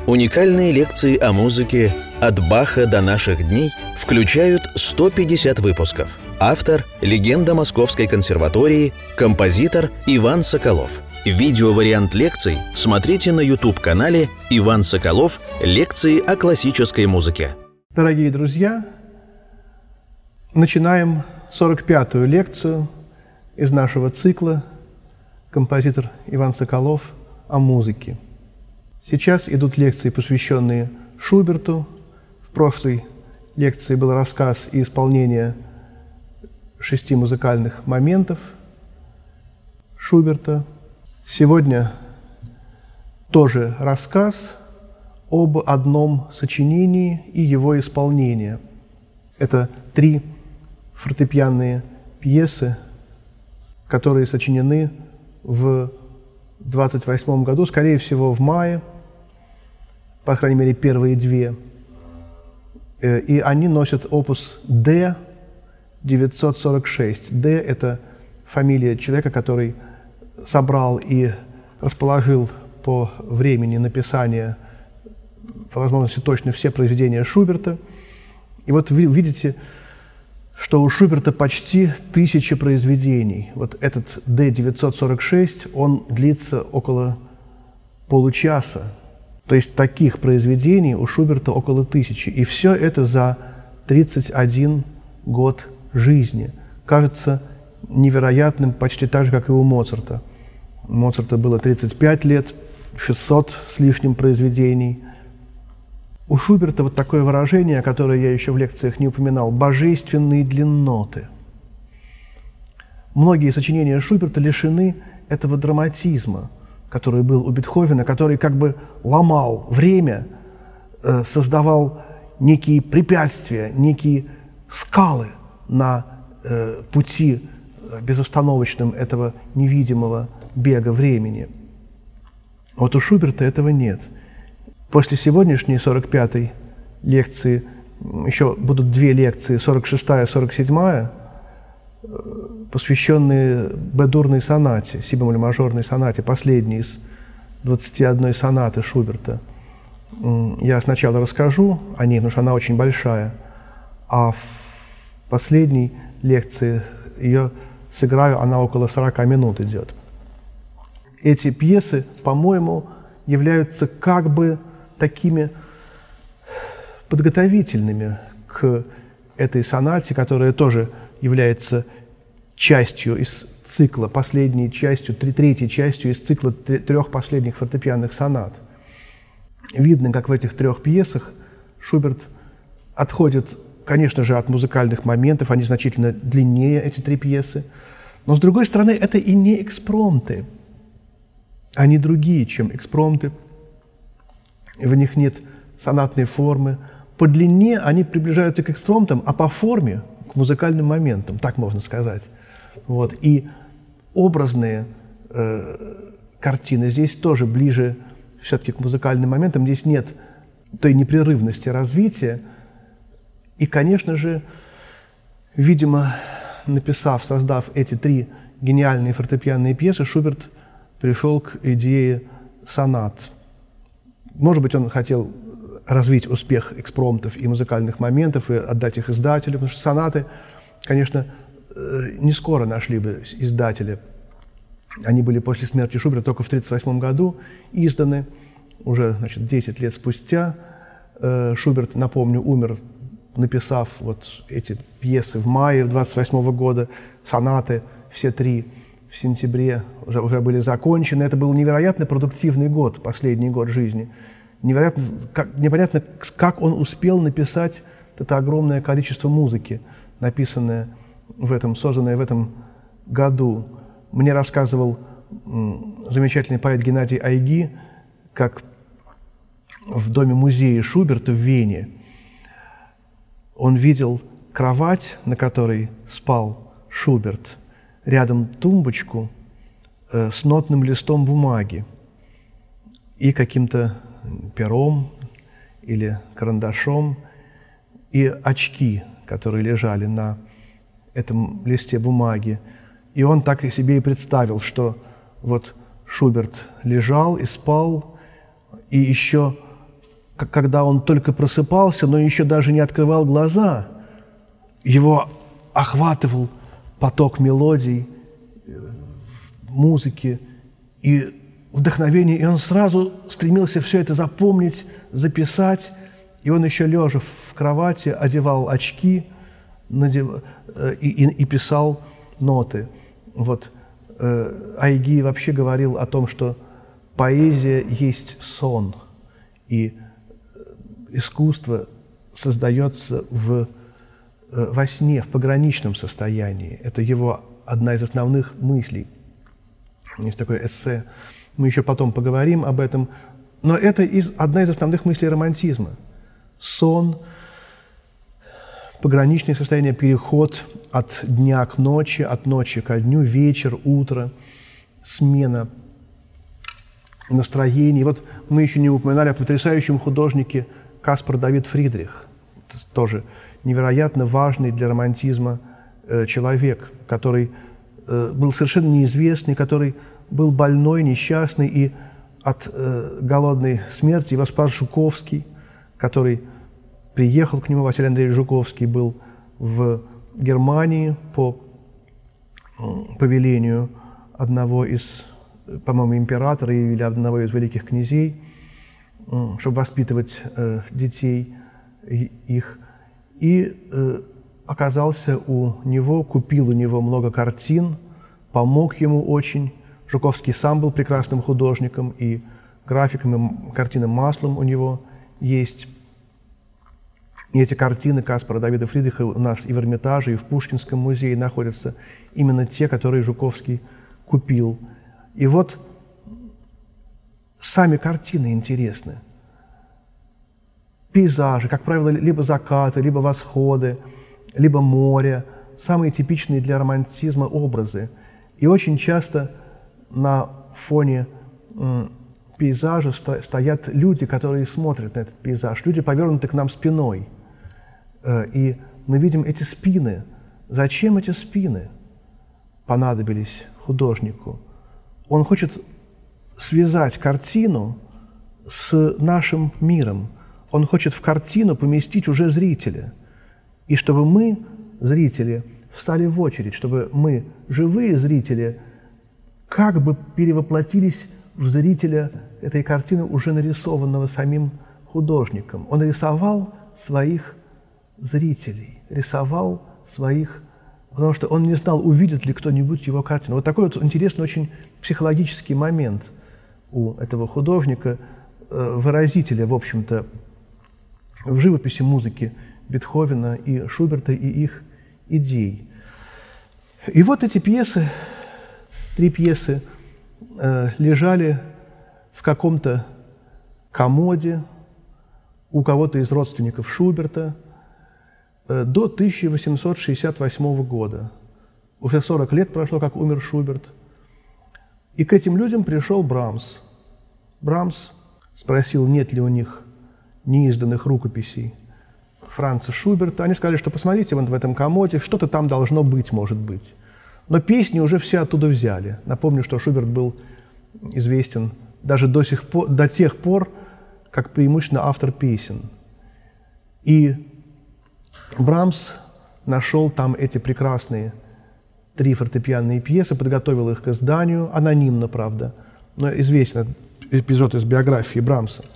Уникальные лекции о музыке «От Баха до наших дней» включают 150 выпусков. Автор – легенда Московской консерватории, композитор Иван Соколов. Видеовариант лекций смотрите на YouTube-канале «Иван Соколов. Лекции о классической музыке». Дорогие друзья, начинаем 45-ю лекцию из нашего цикла «Композитор Иван Соколов о музыке». Сейчас идут лекции, посвященные Шуберту. В прошлой лекции был рассказ и исполнение 6 музыкальных моментов Шуберта. Сегодня тоже рассказ об одном сочинении и его исполнении. Это 3 фортепианные пьесы, которые сочинены в 28 году, скорее всего, в мае, по крайней мере, первые 2. И они носят опус Д 946. Д – это фамилия человека, который собрал и расположил по времени написания, по возможности точно, все произведения Шуберта. И вот вы видите, что у Шуберта почти 1000 произведений. Вот этот Д-946, он длится около получаса. То есть таких произведений у Шуберта около 1000. И все это за 31 год жизни. Кажется невероятным почти так же, как и у Моцарта. У Моцарта было 35 лет, 600 с лишним произведений. У Шуберта вот такое выражение, которое я еще в лекциях не упоминал – божественные длинноты. Многие сочинения Шуберта лишены этого драматизма, который был у Бетховена, который как бы ломал время, создавал некие препятствия, некие скалы на пути безостановочном этого невидимого бега времени. Вот у Шуберта этого нет. После сегодняшней 45-й лекции еще будут 2 лекции, 46-я и 47-я, посвященные Б-дурной сонате, си-бемоль-мажорной сонате, последней из 21 сонаты Шуберта. Я сначала расскажу о ней, потому что она очень большая, а в последней лекции ее сыграю, она около 40 минут идет. Эти пьесы, по-моему, являются как бы такими подготовительными к этой сонате, которая тоже является частью из цикла, последней частью, третьей частью из цикла 3 последних фортепианных сонат. Видно, как в этих 3 пьесах Шуберт отходит, конечно же, от музыкальных моментов, они значительно длиннее, эти 3 пьесы, но, с другой стороны, это и не экспромты, они другие, чем экспромты. В них нет сонатной формы. По длине они приближаются к экспромтам, а по форме – к музыкальным моментам, так можно сказать. Вот. И образные картины здесь тоже ближе все-таки к музыкальным моментам. Здесь нет той непрерывности развития. И, конечно же, видимо, создав эти 3 гениальные фортепианные пьесы, Шуберт пришел к идее сонат. Может быть, он хотел развить успех экспромтов и музыкальных моментов и отдать их издателю, потому что сонаты, конечно, не скоро нашли бы издателя. Они были после смерти Шуберта только в 1938 году изданы. Уже, 10 лет спустя Шуберт, напомню, умер, написав вот эти пьесы в мае 1928 года, сонаты, все 3 в сентябре уже были закончены. Это был невероятно продуктивный год, последний год жизни. Непонятно, как он успел написать это огромное количество музыки, написанное созданное в этом году. Мне рассказывал замечательный поэт Геннадий Айги, как в доме-музее Шуберта в Вене он видел кровать, на которой спал Шуберт, рядом тумбочку с нотным листом бумаги и каким-то пером или карандашом, и очки, которые лежали на этом листе бумаги. И он так и себе и представил, что вот Шуберт лежал и спал, и еще когда он только просыпался, но еще даже не открывал глаза, его охватывал поток мелодий, музыки и вдохновения, и он сразу стремился все это запомнить, записать, и он еще лежа в кровати одевал очки и писал ноты. Вот Айги вообще говорил о том, что поэзия есть сон, и искусство создается во сне, в пограничном состоянии. Это его одна из основных мыслей. Есть такое эссе. Мы еще потом поговорим об этом. Но это одна из основных мыслей романтизма. Сон, пограничное состояние, переход от дня к ночи, от ночи ко дню, вечер, утро, смена настроений. Вот мы еще не упоминали о потрясающем художнике Каспар Давид Фридрих. Это тоже невероятно важный для романтизма человек, который был совершенно неизвестный, который был больной, несчастный, и от голодной смерти его спас Жуковский, который приехал к нему. Василий Андреевич Жуковский был в Германии по повелению одного из, по-моему, императора или одного из великих князей, чтобы воспитывать детей их. И оказался у него, купил у него много картин, помог ему очень. Жуковский сам был прекрасным художником, и графиком, и картинным маслом у него есть. И эти картины Каспара Давида Фридриха у нас и в Эрмитаже, и в Пушкинском музее находятся именно те, которые Жуковский купил. И вот сами картины интересны. Пейзажи, как правило, либо закаты, либо восходы, либо море, самые типичные для романтизма образы. И очень часто на фоне пейзажа стоят люди, которые смотрят на этот пейзаж, люди, повернуты к нам спиной. И мы видим эти спины. Зачем эти спины понадобились художнику? Он хочет связать картину с нашим миром. Он хочет в картину поместить уже зрителя. И чтобы мы, зрители, встали в очередь, чтобы мы, живые зрители, как бы перевоплотились в зрителя этой картины, уже нарисованного самим художником. Он рисовал своих зрителей, рисовал своих, потому что он не знал, увидит ли кто-нибудь его картину. Вот такой вот интересный очень психологический момент у этого художника, выразителя, в общем-то, в живописи, музыки Бетховена и Шуберта и их идей. И вот эти пьесы, 3 пьесы, лежали в каком-то комоде у кого-то из родственников Шуберта до 1868 года. Уже 40 лет прошло, как умер Шуберт. И к этим людям пришел Брамс. Брамс спросил, нет ли у них неизданных рукописей Франца Шуберта. Они сказали, что посмотрите вон в этом комоде, что-то там должно быть, может быть. Но песни уже все оттуда взяли. Напомню, что Шуберт был известен даже до тех пор, как преимущественно автор песен. И Брамс нашел там эти прекрасные 3 фортепианные пьесы, подготовил их к изданию, анонимно, правда, но известен эпизод из биографии Брамса.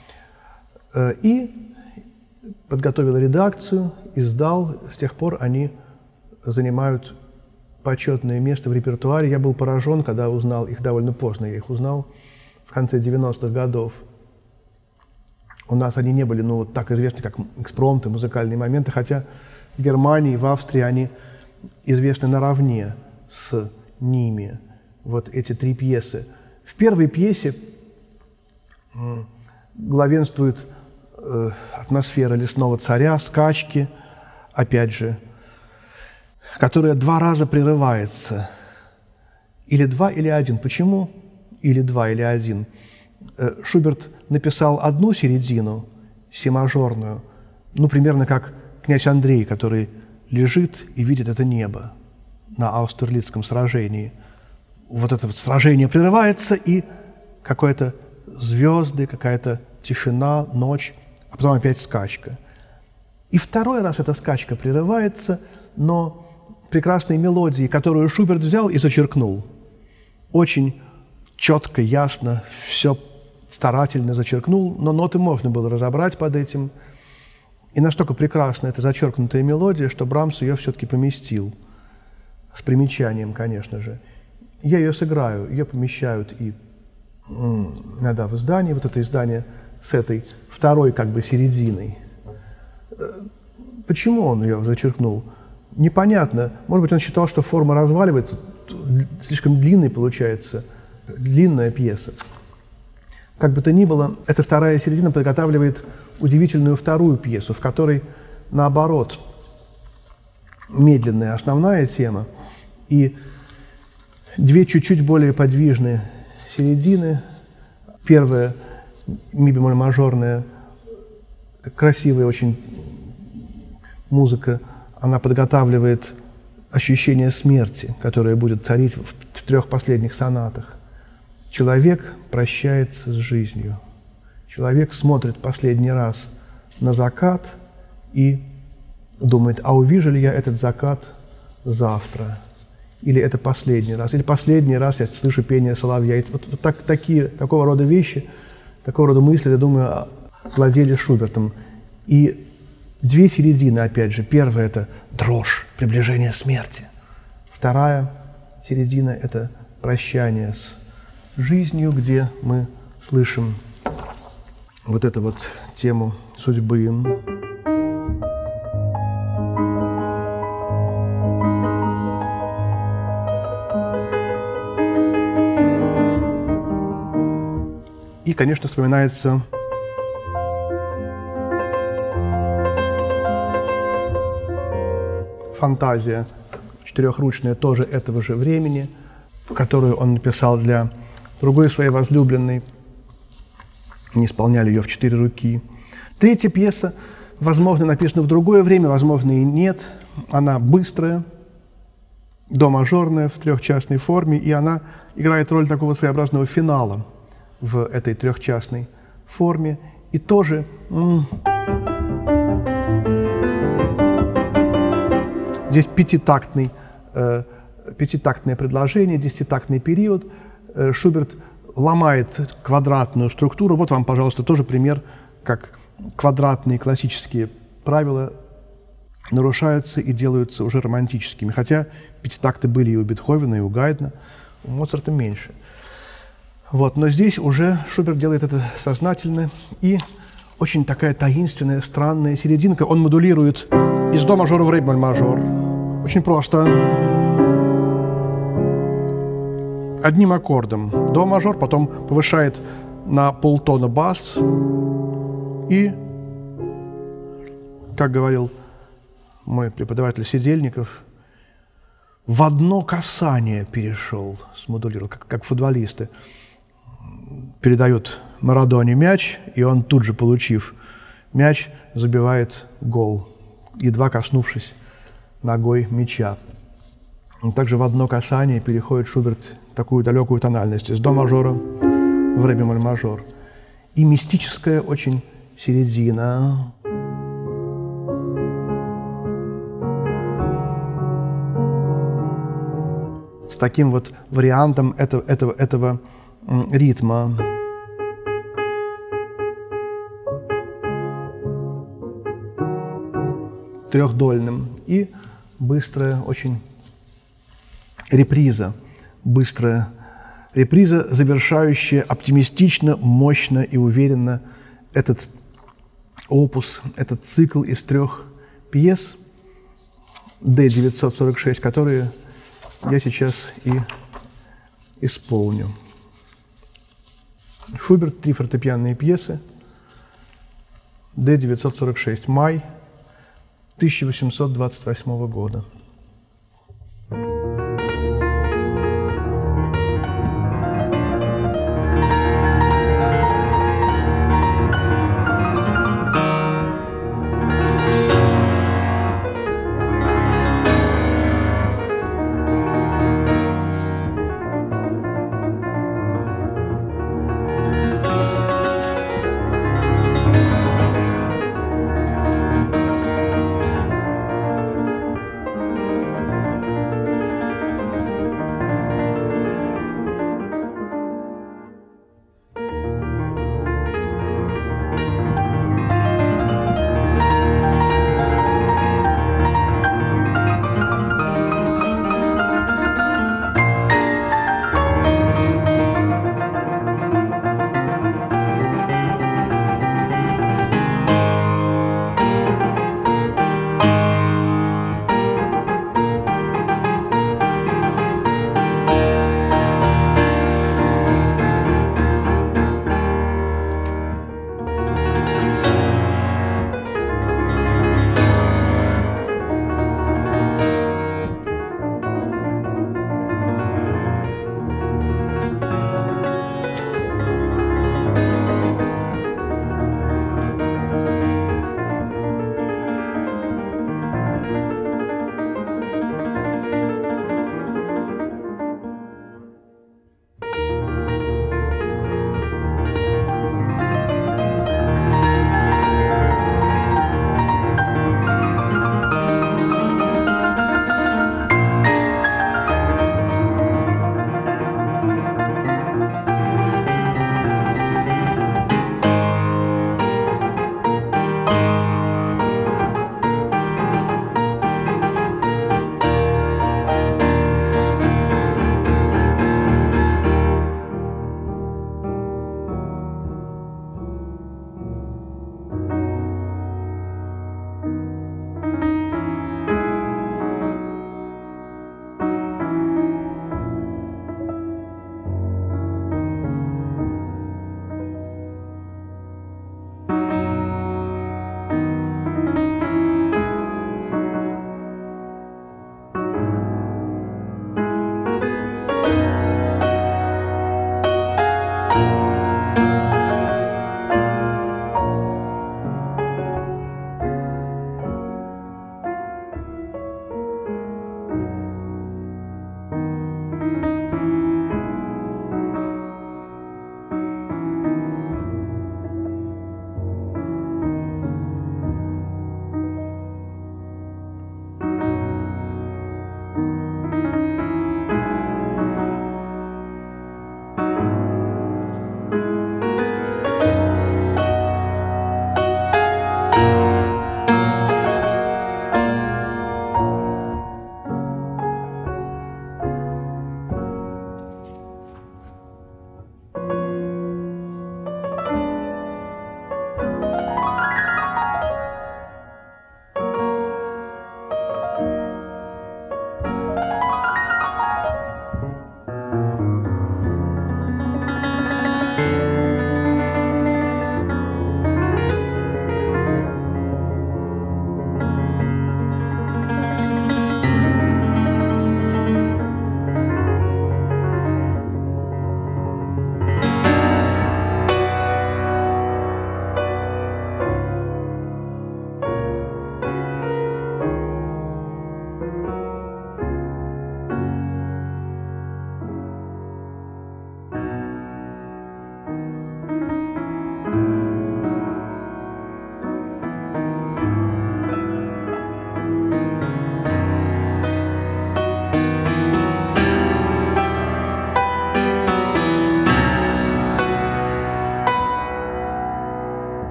И подготовил редакцию, издал. С тех пор они занимают почетное место в репертуаре. Я был поражен, когда узнал их довольно поздно. Я их узнал в конце 90-х годов. У нас они не были так известны, как экспромты, музыкальные моменты, хотя в Германии, в Австрии они известны наравне с ними. Вот эти 3 пьесы. В первой пьесе главенствует атмосфера лесного царя, скачки, опять же, которая 2 раза прерывается. Или 2, или 1. Почему? Или 2, или 1. Шуберт написал одну середину, си-мажорную, примерно как князь Андрей, который лежит и видит это небо на Аустерлицком сражении. Вот это сражение прерывается, и какое-то звезды, какая-то тишина, ночь, а потом опять скачка. И второй раз эта скачка прерывается, но прекрасной мелодии, которую Шуберт взял и зачеркнул. Очень четко, ясно, все старательно зачеркнул, но ноты можно было разобрать под этим. И настолько прекрасна эта зачеркнутая мелодия, что Брамс ее все-таки поместил. С примечанием, конечно же. Я ее сыграю, ее помещают и иногда в издании, вот это издание с этой второй как бы серединой. Почему он ее зачеркнул? Непонятно. Может быть, он считал, что форма разваливается, слишком длинной получается, длинная пьеса. Как бы то ни было, эта вторая середина подготавливает удивительную вторую пьесу, в которой, наоборот, медленная основная тема и две чуть-чуть более подвижные середины. Первая, ми-бемоль мажорная, красивая очень музыка, она подготавливает ощущение смерти, которое будет царить в трех последних сонатах. Человек прощается с жизнью. Человек смотрит последний раз на закат и думает, а увижу ли я этот закат завтра? Или это последний раз? Или последний раз я слышу пение соловья? Вот такого рода вещи, такого рода мысли, я думаю, владели Шубертом. И две середины, опять же. Первая – это дрожь, приближение смерти. Вторая середина – это прощание с жизнью, где мы слышим вот эту вот тему судьбы. И, конечно, вспоминается фантазия четырехручная тоже этого же времени, которую он написал для другой своей возлюбленной. Не исполняли ее в 4 руки. Третья пьеса, возможно, написана в другое время, возможно, и нет. Она быстрая, до-мажорная в трехчастной форме, и она играет роль такого своеобразного финала в этой трехчастной форме. И тоже здесь пятитактное предложение, 10-тактный период. Шуберт ломает квадратную структуру. Вот вам, пожалуйста, тоже пример, как квадратные классические правила нарушаются и делаются уже романтическими. Хотя пятитакты были и у Бетховена, и у Гайдна, у Моцарта меньше. Вот. Но здесь уже Шуберт делает это сознательно. И очень такая таинственная, странная серединка. Он модулирует из до мажора в ре бемоль мажор. Очень просто. Одним аккордом до мажор, потом повышает на полтона бас и, как говорил мой преподаватель Сидельников, в одно касание перешел, смодулировал, как футболисты. Передают Марадоне мяч, и он тут же, получив мяч, забивает гол, едва коснувшись ногой мяча. Также в одно касание переходит Шуберт такую далекую тональность из до мажора в ре бемоль мажор. И мистическая очень середина. С таким вот вариантом этого ритма. Трехдольным. И быстрая очень реприза. Быстрая реприза, завершающая оптимистично, мощно и уверенно этот опус, этот цикл из 3 пьес D-946, которые я сейчас и исполню. Шуберт, 3 фортепианные пьесы, D-946, май 1828 года.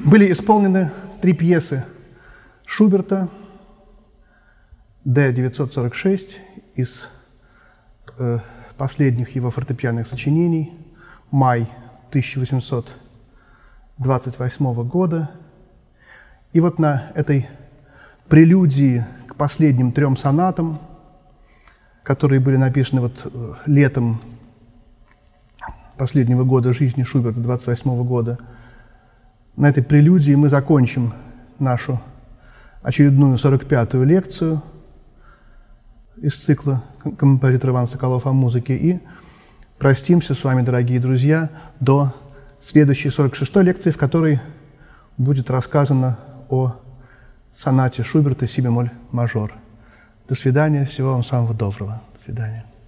Были исполнены 3 пьесы Шуберта, Д-946 из последних его фортепианных сочинений, май 1828 года. И вот на этой прелюдии к последним 3 сонатам, которые были написаны вот летом последнего года жизни Шуберта, 28 года, на этой прелюдии мы закончим нашу очередную 45-ю лекцию из цикла композитора Иван Соколов о музыке и простимся с вами, дорогие друзья, до следующей 46-й лекции, в которой будет рассказано о сонате Шуберта «Си бемоль мажор». До свидания, всего вам самого доброго. До свидания.